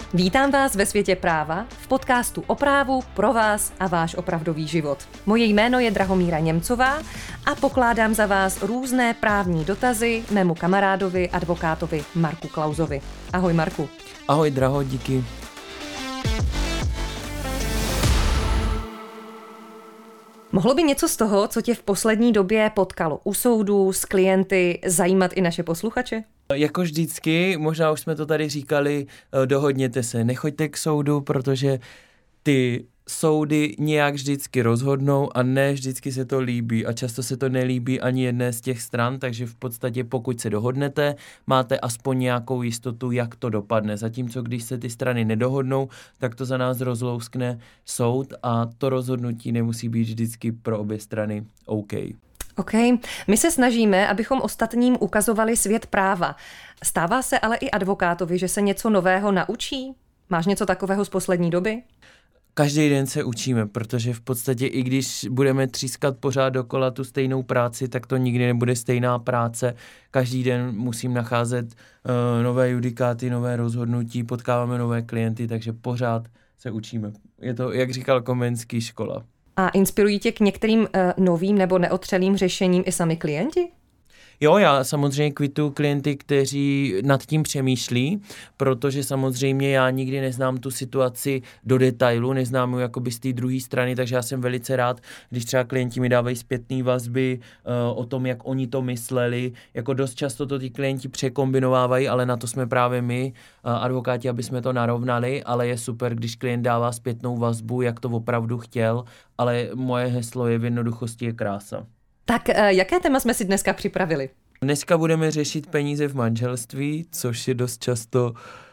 Vítám vás ve světě práva, v podcastu o právu pro vás a váš opravdový život. Moje jméno je Drahomíra Němcová a pokládám za vás různé právní dotazy mému kamarádovi, advokátovi Marku Klausovi. Ahoj Marku. Ahoj Draho, díky. Mohlo by něco z toho, co tě v poslední době potkalo u soudu, s klienty, zajímat i naše posluchače? Jako vždycky, možná už jsme to tady říkali, dohodněte se, nechoďte k soudu, protože ty soudy nějak vždycky rozhodnou a ne vždycky se to líbí a často se to nelíbí ani jedné z těch stran, takže v podstatě pokud se dohodnete, máte aspoň nějakou jistotu, jak to dopadne. Zatímco když se ty strany nedohodnou, tak to za nás rozlouskne soud a to rozhodnutí nemusí být vždycky pro obě strany OK. OK. My se snažíme, abychom ostatním ukazovali svět práva. Stává se ale i advokátovi, že se něco nového naučí? Máš něco takového z poslední doby? Každý den se učíme, protože v podstatě i když budeme třískat pořád dokola tu stejnou práci, tak to nikdy nebude stejná práce. Každý den musím nacházet nové judikáty, nové rozhodnutí, potkáváme nové klienty, takže pořád se učíme. Je to, jak říkal Komenský, škola. A inspirují tě k některým novým nebo neotřelým řešením i sami klienti? Jo, já samozřejmě kvituju klienty, kteří nad tím přemýšlí, protože samozřejmě já nikdy neznám tu situaci do detailu, neznám ji jakoby z té druhé strany, takže já jsem velice rád, když třeba klienti mi dávají zpětné vazby o tom, jak oni to mysleli. Jako dost často to ty klienti překombinovávají, ale na to jsme právě my, advokáti, aby jsme to narovnali, ale je super, když klient dává zpětnou vazbu, jak to opravdu chtěl, ale moje heslo je v jednoduchosti je krása. Tak jaké téma jsme si dneska připravili? Dneska budeme řešit peníze v manželství, což je dost často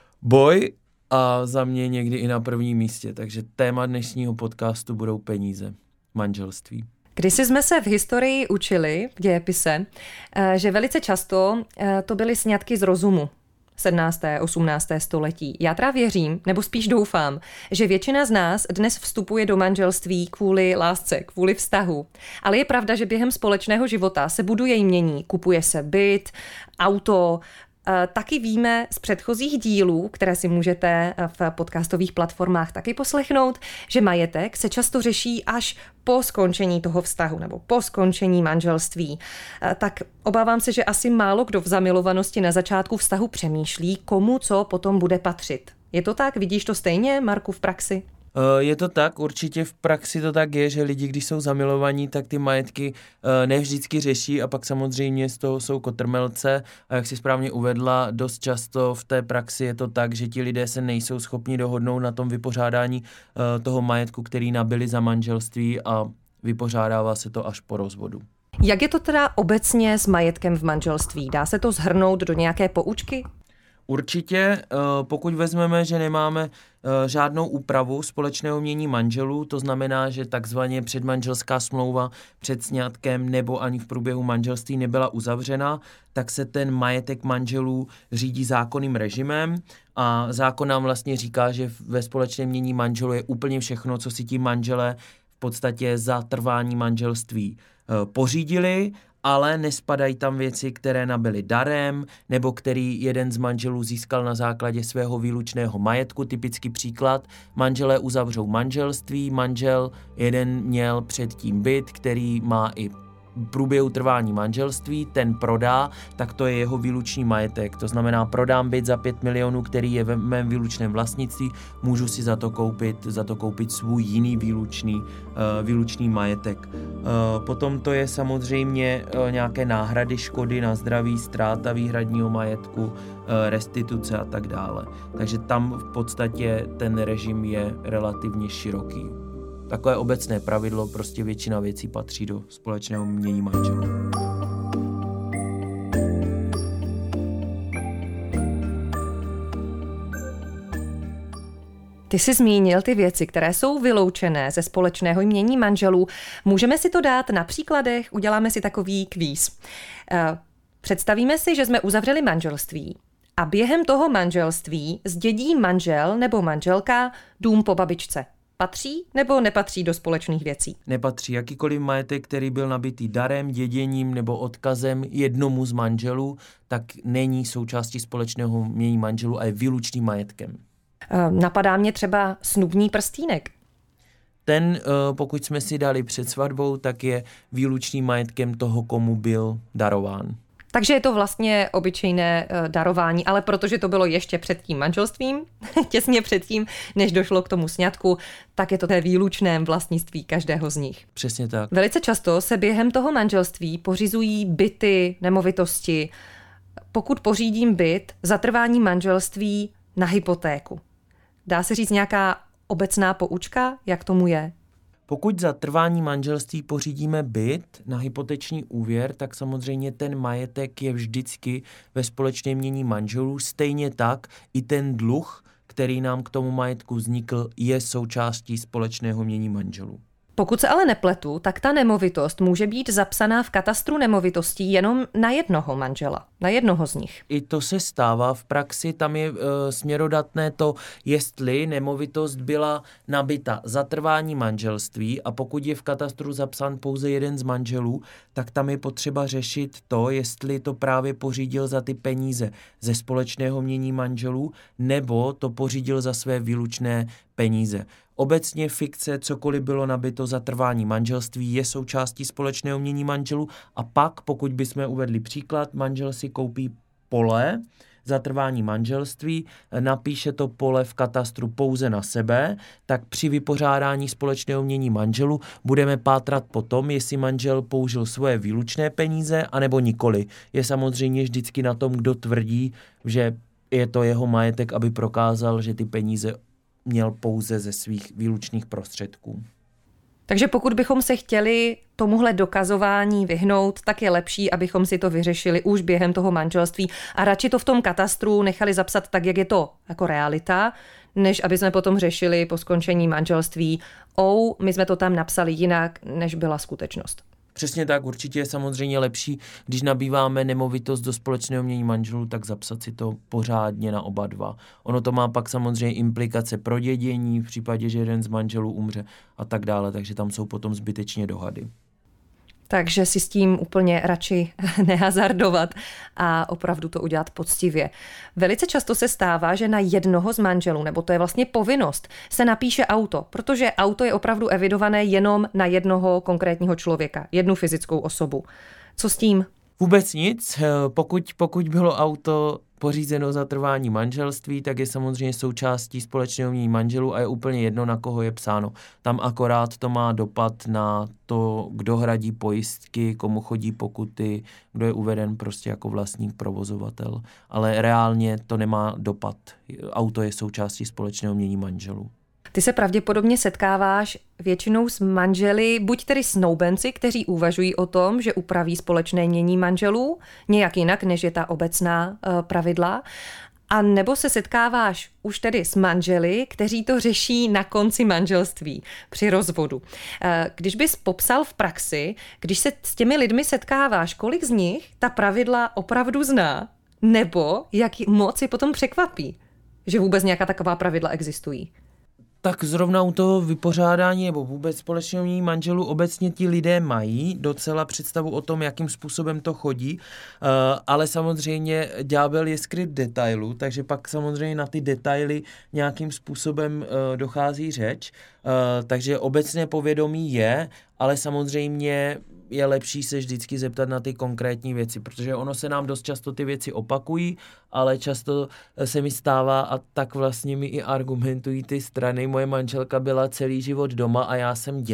boj a za mě někdy i na prvním místě. Takže téma dnešního podcastu budou peníze v manželství. Když jsme se v historii učili, v dějepise, že velice často to byly sňatky z rozumu. 17. 18. století. Já teda věřím, nebo spíš doufám, že většina z nás dnes vstupuje do manželství kvůli lásce, kvůli vztahu. Ale je pravda, že během společného života se buduje jmění, kupuje se byt, auto. Taky víme z předchozích dílů, které si můžete v podcastových platformách taky poslechnout, že majetek se často řeší až po skončení toho vztahu nebo po skončení manželství. Tak obávám se, že asi málo kdo v zamilovanosti na začátku vztahu přemýšlí, komu co potom bude patřit. Je to tak? Vidíš to stejně, Marku, v praxi? Je to tak, určitě v praxi to tak je, že lidi, když jsou zamilovaní, tak ty majetky ne vždycky řeší a pak samozřejmě z toho jsou kotrmelce a jak si správně uvedla, dost často v té praxi je to tak, že ti lidé se nejsou schopni dohodnout na tom vypořádání toho majetku, který nabili za manželství a vypořádává se to až po rozvodu. Jak je to teda obecně s majetkem v manželství? Dá se to shrnout do nějaké poučky? Určitě, pokud vezmeme, že nemáme žádnou úpravu společného jmění manželů, to znamená, že takzvaně předmanželská smlouva před sňatkem nebo ani v průběhu manželství nebyla uzavřena, tak se ten majetek manželů řídí zákonným režimem a zákon nám vlastně říká, že ve společném jmění manželů je úplně všechno, co si ti manželé v podstatě za trvání manželství pořídili, ale nespadají tam věci, které nabyly darem, nebo který jeden z manželů získal na základě svého výlučného majetku. Typický příklad, manželé uzavřou manželství, manžel jeden měl předtím byt, který má i v průběhu trvání manželství, ten prodá, tak to je jeho výlučný majetek. To znamená, prodám byt za 5 milionů, který je ve mém výlučném vlastnictví, můžu si za to koupit svůj jiný výlučný majetek. Potom to je samozřejmě nějaké náhrady škody na zdraví, ztráta výhradního majetku, restituce a tak dále. Takže tam v podstatě ten režim je relativně široký. Takové obecné pravidlo, prostě většina věcí patří do společného jmění manželů. Ty jsi zmínil ty věci, které jsou vyloučené ze společného jmění manželů. Můžeme si to dát na příkladech, uděláme si takový kvíz. Představíme si, že jsme uzavřeli manželství a během toho manželství zdědí manžel nebo manželka dům po babičce. Patří nebo nepatří do společných věcí? Nepatří. Jakýkoliv majetek, který byl nabitý darem, děděním nebo odkazem jednomu z manželů, tak není součástí společného jmění manželů a je výlučným majetkem. Napadá mě třeba snubní prstýnek. Ten, pokud jsme si dali před svatbou, tak je výlučným majetkem toho, komu byl darován. Takže je to vlastně obyčejné darování, ale protože to bylo ještě před tím manželstvím, těsně předtím, než došlo k tomu sňatku, tak je to té výlučném vlastnictví každého z nich. Přesně tak. Velice často se během toho manželství pořizují byty, nemovitosti. Pokud pořídím byt za trvání manželství na hypotéku. Dá se říct nějaká obecná poučka, jak tomu je? Pokud za trvání manželství pořídíme byt na hypoteční úvěr, tak samozřejmě ten majetek je vždycky ve společném jmění manželů. Stejně tak i ten dluh, který nám k tomu majetku vznikl, je součástí společného jmění manželů. Pokud se ale nepletu, tak ta nemovitost může být zapsaná v katastru nemovitostí jenom na jednoho manžela, na jednoho z nich. I to se stává v praxi, tam je směrodatné to, jestli nemovitost byla nabyta za trvání manželství a pokud je v katastru zapsán pouze jeden z manželů, tak tam je potřeba řešit to, jestli to právě pořídil za ty peníze ze společného jmění manželů nebo to pořídil za své výlučné peníze. Obecně fikce, cokoliv bylo nabyto za trvání manželství, je součástí společného jmění manželů a pak, pokud bychom uvedli příklad, manžel si koupí pole za trvání manželství, napíše to pole v katastru pouze na sebe, tak při vypořádání společného jmění manželů budeme pátrat po tom, jestli manžel použil svoje výlučné peníze, anebo nikoli. Je samozřejmě vždycky na tom, kdo tvrdí, že je to jeho majetek, aby prokázal, že ty peníze měl pouze ze svých výlučných prostředků. Takže pokud bychom se chtěli tomuhle dokazování vyhnout, tak je lepší, abychom si to vyřešili už během toho manželství a radši to v tom katastru nechali zapsat tak, jak je to jako realita, než aby jsme potom řešili po skončení manželství, my jsme to tam napsali jinak, než byla skutečnost. Přesně tak, určitě je samozřejmě lepší, když nabýváme nemovitost do společného jmění manželů, tak zapsat si to pořádně na oba dva. Ono to má pak samozřejmě implikace pro dědění, v případě, že jeden z manželů umře a tak dále, takže tam jsou potom zbytečně dohady. Takže si s tím úplně radši nehazardovat a opravdu to udělat poctivě. Velice často se stává, že na jednoho z manželů, nebo to je vlastně povinnost, se napíše auto, protože auto je opravdu evidované jenom na jednoho konkrétního člověka, jednu fyzickou osobu. Co s tím? Vůbec nic. Pokud bylo auto pořízeno za trvání manželství, tak je samozřejmě součástí společného jmění manželů a je úplně jedno, na koho je psáno. Tam akorát to má dopad na to, kdo hradí pojistky, komu chodí pokuty, kdo je uveden prostě jako vlastník, provozovatel. Ale reálně to nemá dopad. Auto je součástí společného jmění manželů. Ty se pravděpodobně setkáváš většinou s manželi, buď tedy snoubenci, kteří uvažují o tom, že upraví společné jmění manželů, nějak jinak, než je ta obecná pravidla, a nebo se setkáváš už tedy s manželi, kteří to řeší na konci manželství, při rozvodu. Když bys popsal v praxi, když se s těmi lidmi setkáváš, kolik z nich ta pravidla opravdu zná, nebo jak moc je potom překvapí, že vůbec nějaká taková pravidla existují? Tak zrovna u toho vypořádání nebo vůbec společného jmění manželů obecně ti lidé mají docela představu o tom, jakým způsobem to chodí, ale samozřejmě ďábel je skryt v detailu, takže pak samozřejmě na ty detaily nějakým způsobem dochází řeč, takže obecné povědomí je, ale samozřejmě je lepší se vždycky zeptat na ty konkrétní věci, protože ono se nám dost často ty věci opakují, ale často se mi stává a tak vlastně mi i argumentují ty strany. Moje manželka byla celý život doma a já jsem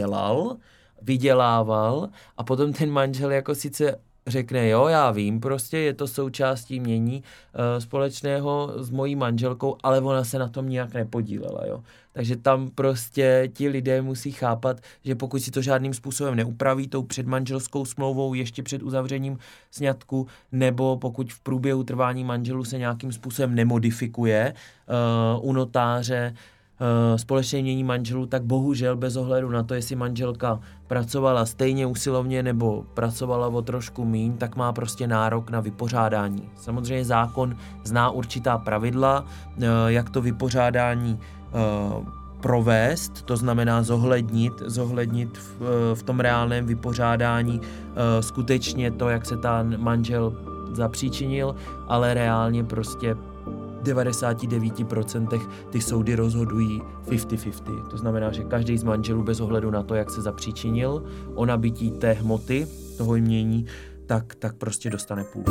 vydělával a potom ten manžel jako sice řekne, jo, já vím, prostě je to součástí jmění společného s mojí manželkou, ale ona se na tom nijak nepodílela, jo. Takže tam prostě ti lidé musí chápat, že pokud si to žádným způsobem neupraví tou předmanželskou smlouvou ještě před uzavřením sňatku, nebo pokud v průběhu trvání manželů se nějakým způsobem nemodifikuje u notáře společné jmění manželů, tak bohužel bez ohledu na to, jestli manželka pracovala stejně usilovně nebo pracovala o trošku míň, tak má prostě nárok na vypořádání. Samozřejmě zákon zná určitá pravidla, jak to vypořádání provést, to znamená zohlednit v tom reálném vypořádání skutečně to, jak se ten manžel zapříčinil, ale reálně prostě 99% ty soudy rozhodují 50-50. To znamená, že každý z manželů bez ohledu na to, jak se zapříčinil o nabití té hmoty, toho jmění, tak prostě dostane půl.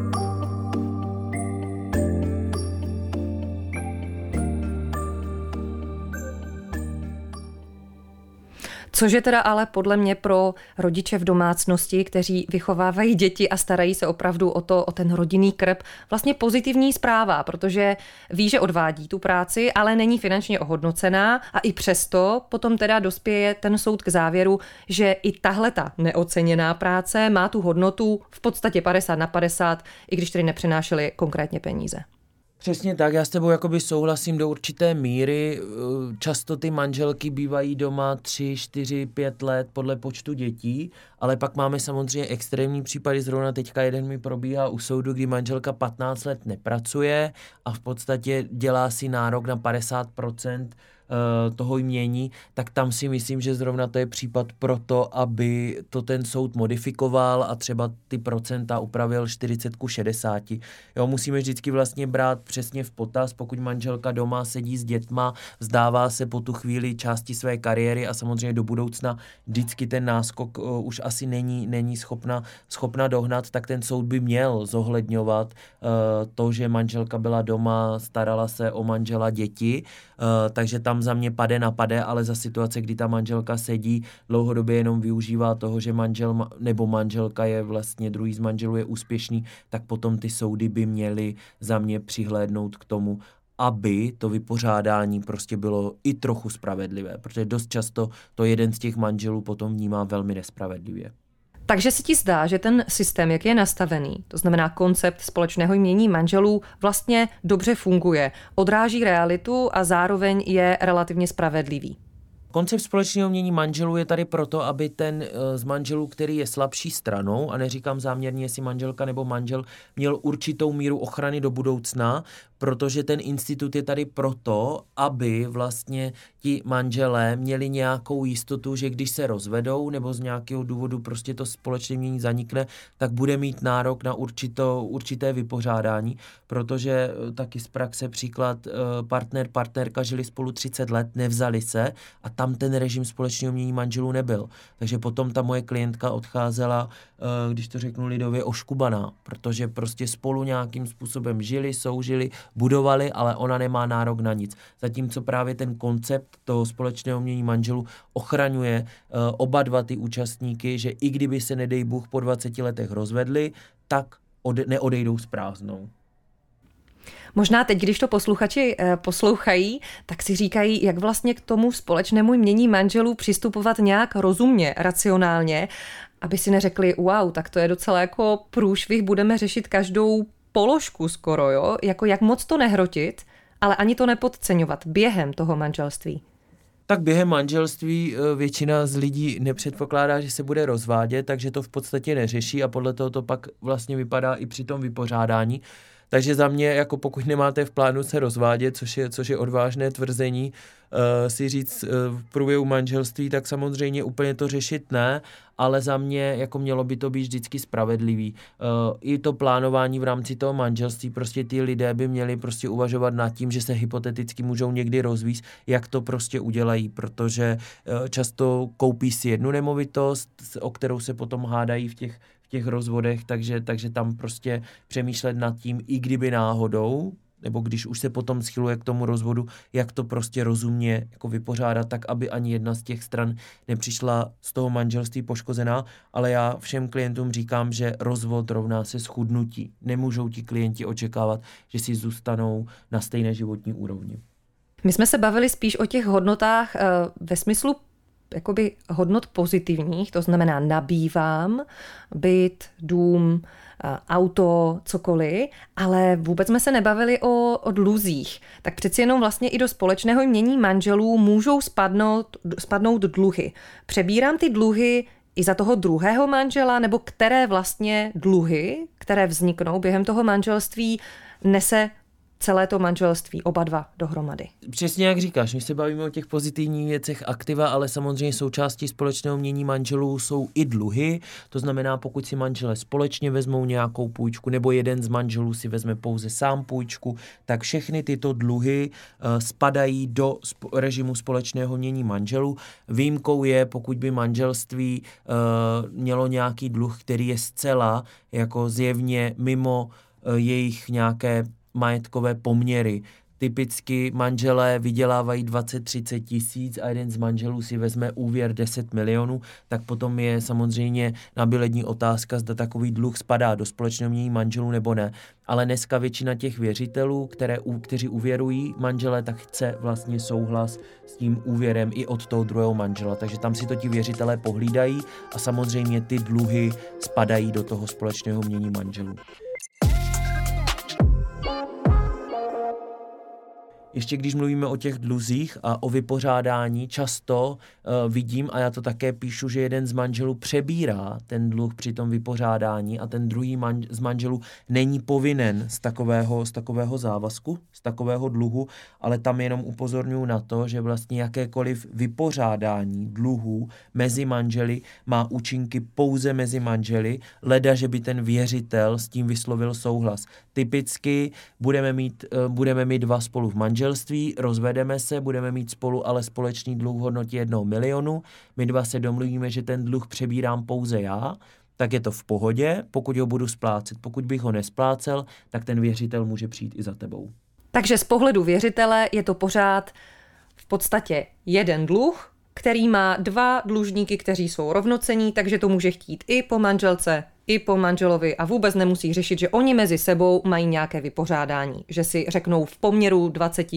Což je teda ale podle mě pro rodiče v domácnosti, kteří vychovávají děti a starají se opravdu o ten rodinný krb, vlastně pozitivní zpráva, protože ví, že odvádí tu práci, ale není finančně ohodnocená a i přesto potom teda dospěje ten soud k závěru, že i tahleta neoceněná práce má tu hodnotu v podstatě 50/50, i když tedy nepřinášely konkrétně peníze. Přesně tak, já s tebou jakoby souhlasím do určité míry. Často ty manželky bývají doma 3, 4, 5 let podle počtu dětí, ale pak máme samozřejmě extrémní případy, zrovna teďka jeden mi probíhá u soudu, kdy manželka 15 let nepracuje a v podstatě dělá si nárok na 50% toho jmění, tak tam si myslím, že zrovna to je případ pro to, aby to ten soud modifikoval a třeba ty procenta upravil 40:60. Jo, musíme vždycky vlastně brát přesně v potaz, pokud manželka doma sedí s dětma, vzdává se po tu chvíli části své kariéry a samozřejmě do budoucna vždycky ten náskok už asi není schopna dohnat, tak ten soud by měl zohledňovat to, že manželka byla doma, starala se o manžela, děti, takže tam za mě pade na pade, ale za situace, kdy ta manželka sedí, dlouhodobě jenom využívá toho, že manžel nebo manželka je vlastně druhý z manželů je úspěšný, tak potom ty soudy by měly za mě přihlédnout k tomu, aby to vypořádání prostě bylo i trochu spravedlivé, protože dost často to jeden z těch manželů potom vnímá velmi nespravedlivě. Takže se ti zdá, že ten systém, jak je nastavený, to znamená koncept společného jmění manželů, vlastně dobře funguje, odráží realitu a zároveň je relativně spravedlivý. Koncept společného jmění manželů je tady proto, aby ten z manželů, který je slabší stranou, a neříkám záměrně, jestli manželka nebo manžel, měl určitou míru ochrany do budoucna, protože ten institut je tady proto, aby vlastně ti manželé měli nějakou jistotu, že když se rozvedou nebo z nějakého důvodu prostě to společné jmění zanikne, tak bude mít nárok na určité vypořádání, protože taky z praxe příklad partnerka žili spolu 30 let, nevzali se a tam ten režim společného jmění manželů nebyl. Takže potom ta moje klientka odcházela, když to řeknu lidově, oškubaná, protože prostě spolu nějakým způsobem žili, soužili, budovali, ale ona nemá nárok na nic. Zatímco právě ten koncept toho společného jmění manželů ochraňuje oba dva ty účastníky, že i kdyby se, nedej Bůh, po 20 letech rozvedli, tak neodejdou s prázdnou. Možná teď, když to posluchači poslouchají, tak si říkají, jak vlastně k tomu společnému jmění manželů přistupovat nějak rozumně, racionálně, aby si neřekli, wow, tak to je docela jako průšvih, budeme řešit každou položku skoro, jo? Jako jak moc to nehrotit, ale ani to nepodceňovat během toho manželství. Tak během manželství většina z lidí nepředpokládá, že se bude rozvádět, takže to v podstatě neřeší a podle toho to pak vlastně vypadá i při tom vypořádání. Takže za mě, jako pokud nemáte v plánu se rozvádět, což je odvážné tvrzení, si říct v průběhu manželství, tak samozřejmě úplně to řešit ne, ale za mě jako mělo by to být vždycky spravedlivý. I to plánování v rámci toho manželství, prostě ty lidé by měli prostě uvažovat nad tím, že se hypoteticky můžou někdy rozvízt, jak to prostě udělají, protože často koupí si jednu nemovitost, o kterou se potom hádají v těch rozvodech, takže tam prostě přemýšlet nad tím, i kdyby náhodou, nebo když už se potom schyluje k tomu rozvodu, jak to prostě rozumně jako vypořádat, tak aby ani jedna z těch stran nepřišla z toho manželství poškozená, ale já všem klientům říkám, že rozvod rovná se schudnutí. Nemůžou ti klienti očekávat, že si zůstanou na stejné životní úrovni. My jsme se bavili spíš o těch hodnotách ve smyslu jakoby hodnot pozitivních, to znamená nabývám byt, dům, auto, cokoliv, ale vůbec jsme se nebavili o dluzích. Tak přeci jenom vlastně i do společného jmění manželů můžou spadnout dluhy. Přebírám ty dluhy i za toho druhého manžela, nebo které vlastně dluhy, které vzniknou během toho manželství, nese celé to manželství, oba dva dohromady. Přesně jak říkáš, my se bavíme o těch pozitivních věcech aktiva, ale samozřejmě součástí společného mění manželů jsou i dluhy, to znamená, pokud si manželé společně vezmou nějakou půjčku nebo jeden z manželů si vezme pouze sám půjčku, tak všechny tyto dluhy spadají do režimu společného mění manželů. Výjimkou je, pokud by manželství mělo nějaký dluh, který je zcela jako zjevně mimo jejich nějaké majetkové poměry. Typicky manželé vydělávají 20-30 tisíc a jeden z manželů si vezme úvěr 10 milionů, tak potom je samozřejmě nabílední otázka, zda takový dluh spadá do společného mění manželů nebo ne. Ale dneska většina těch věřitelů, kteří uvěrují manžele, tak chce vlastně souhlas s tím úvěrem i od toho druhého manžela. Takže tam si to ti věřitelé pohlídají a samozřejmě ty dluhy spadají do toho společného mění manželů. Ještě když mluvíme o těch dluzích a o vypořádání, často vidím, a já to také píšu, že jeden z manželů přebírá ten dluh při tom vypořádání a ten druhý z manželů není povinen z takového závazku, z takového dluhu, ale tam jenom upozorňuji na to, že vlastně jakékoliv vypořádání dluhů mezi manželi má účinky pouze mezi manželi, leda, že by ten věřitel s tím vyslovil souhlas. Typicky budeme mít dva spolu v manželství, rozvedeme se, budeme mít spolu ale společný dluh v hodnotě 1 milionu, my dva se domluvíme, že ten dluh přebírám pouze já, tak je to v pohodě, pokud ho budu splácet. Pokud bych ho nesplácel, tak ten věřitel může přijít i za tebou. Takže z pohledu věřitele je to pořád v podstatě jeden dluh, který má dva dlužníky, kteří jsou rovnocenní, takže to může chtít i po manželce, i po manželovi a vůbec nemusí řešit, že oni mezi sebou mají nějaké vypořádání, že si řeknou v poměru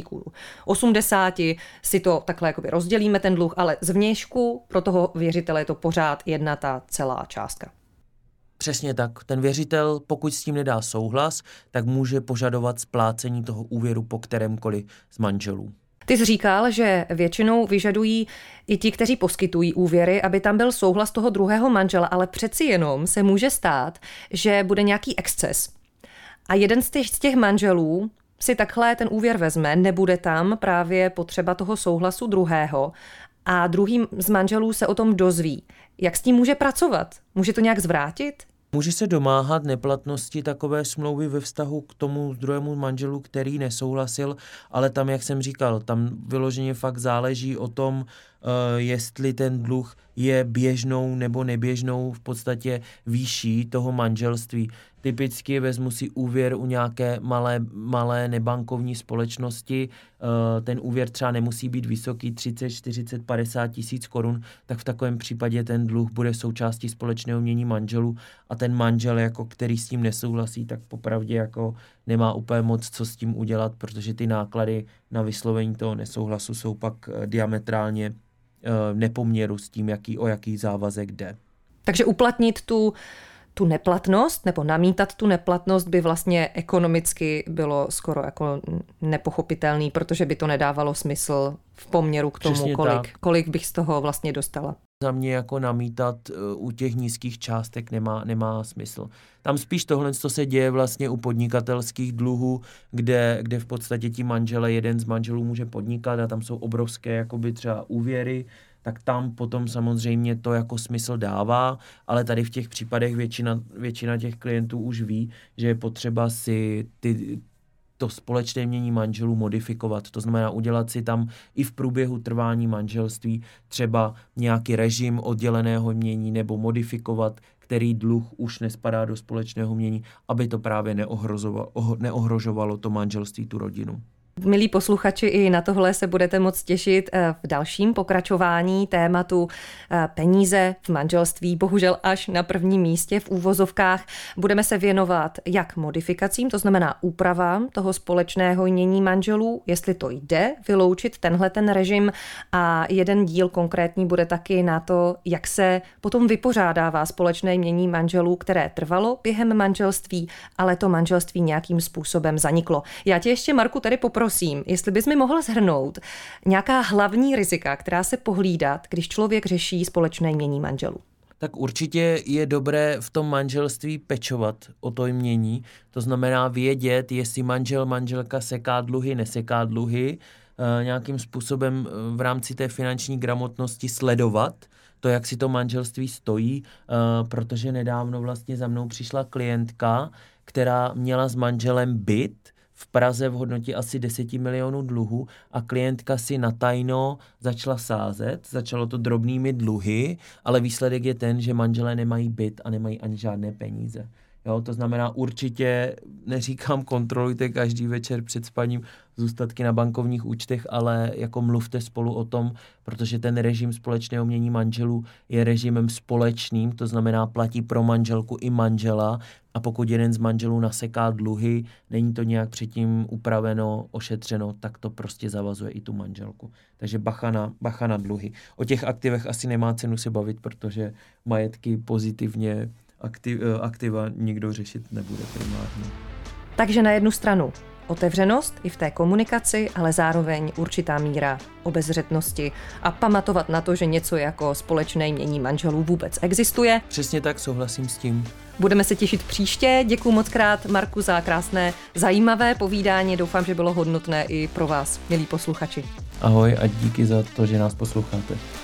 20:80 si to takhle jakoby rozdělíme ten dluh, ale zvnějšku pro toho věřitele je to pořád jedna ta celá částka. Přesně tak. Ten věřitel, pokud s tím nedá souhlas, tak může požadovat splácení toho úvěru po kterémkoliv z manželů. Ty jsi říkal, že většinou vyžadují i ti, kteří poskytují úvěry, aby tam byl souhlas toho druhého manžela, ale přeci jenom se může stát, že bude nějaký exces. A jeden z těch manželů si takhle ten úvěr vezme, nebude tam právě potřeba toho souhlasu druhého a druhý z manželů se o tom dozví. Jak s tím může pracovat? Může to nějak zvrátit? Může se domáhat neplatnosti takové smlouvy ve vztahu k tomu druhému manželu, který nesouhlasil, ale tam, jak jsem říkal, tam vyloženě fakt záleží o tom, jestli ten dluh je běžnou nebo neběžnou v podstatě výší toho manželství. Typicky vezmu si úvěr u nějaké malé nebankovní společnosti, ten úvěr třeba nemusí být vysoký, 30, 40, 50 tisíc korun, tak v takovém případě ten dluh bude součástí společného mění manželů a ten manžel, jako který s tím nesouhlasí, tak popravdě jako nemá úplně moc co s tím udělat, protože ty náklady na vyslovení toho nesouhlasu jsou pak diametrálně nepoměru s tím, o jaký závazek jde. Takže uplatnit tu neplatnost nebo namítat tu neplatnost by vlastně ekonomicky bylo skoro jako nepochopitelný, protože by to nedávalo smysl v poměru k tomu, kolik bych z toho vlastně dostala. Za mě jako namítat u těch nízkých částek nemá smysl. Tam spíš tohle, co se děje vlastně u podnikatelských dluhů, kde v podstatě ti manžele, jeden z manželů může podnikat a tam jsou obrovské jakoby třeba úvěry, tak tam potom samozřejmě to jako smysl dává, ale tady v těch případech většina těch klientů už ví, že je potřeba si to společné mění manželů modifikovat. To znamená udělat si tam i v průběhu trvání manželství třeba nějaký režim odděleného mění nebo modifikovat, který dluh už nespadá do společného mění, aby to právě neohrožovalo to manželství, tu rodinu. Milí posluchači, i na tohle se budete moc těšit v dalším pokračování tématu peníze v manželství, bohužel až na prvním místě v úvozovkách. Budeme se věnovat jak modifikacím, to znamená úpravám toho společného jmění manželů, jestli to jde vyloučit ten režim a jeden díl konkrétní bude taky na to, jak se potom vypořádává společné jmění manželů, které trvalo během manželství, ale to manželství nějakým způsobem zaniklo. Já tě ještě, Marku, tady poprosím, jestli bys mi mohl shrnout nějaká hlavní rizika, která se pohlídat, když člověk řeší společné jmění manželů. tak určitě je dobré v tom manželství pečovat o to jmění. To znamená vědět, jestli manžel, manželka seká dluhy, neseká dluhy, nějakým způsobem v rámci té finanční gramotnosti sledovat to, jak si to manželství stojí, protože nedávno vlastně za mnou přišla klientka, která měla s manželem byt v Praze v hodnotě asi 10 milionů dluhů a klientka si natajno začala sázet, začalo to drobnými dluhy, ale výsledek je ten, že manželé nemají byt a nemají ani žádné peníze. Jo, to znamená určitě, neříkám kontrolujte každý večer před spaním zůstatky na bankovních účtech, ale jako mluvte spolu o tom, protože ten režim společného jmění manželů je režimem společným, to znamená platí pro manželku i manžela a pokud jeden z manželů naseká dluhy, není to nějak předtím upraveno, ošetřeno, tak to prostě zavazuje i tu manželku. Takže bacha na dluhy. O těch aktivech asi nemá cenu se bavit, protože majetky pozitivně aktiva nikdo řešit nebude primárně. Takže na jednu stranu otevřenost i v té komunikaci, ale zároveň určitá míra obezřetnosti a pamatovat na to, že něco jako společné jmění manželů vůbec existuje. Přesně tak, souhlasím s tím. Budeme se těšit příště. Děkuji moc krát, Marku, za krásné, zajímavé povídání. Doufám, že bylo hodnotné i pro vás, milí posluchači. Ahoj a díky za to, že nás posloucháte.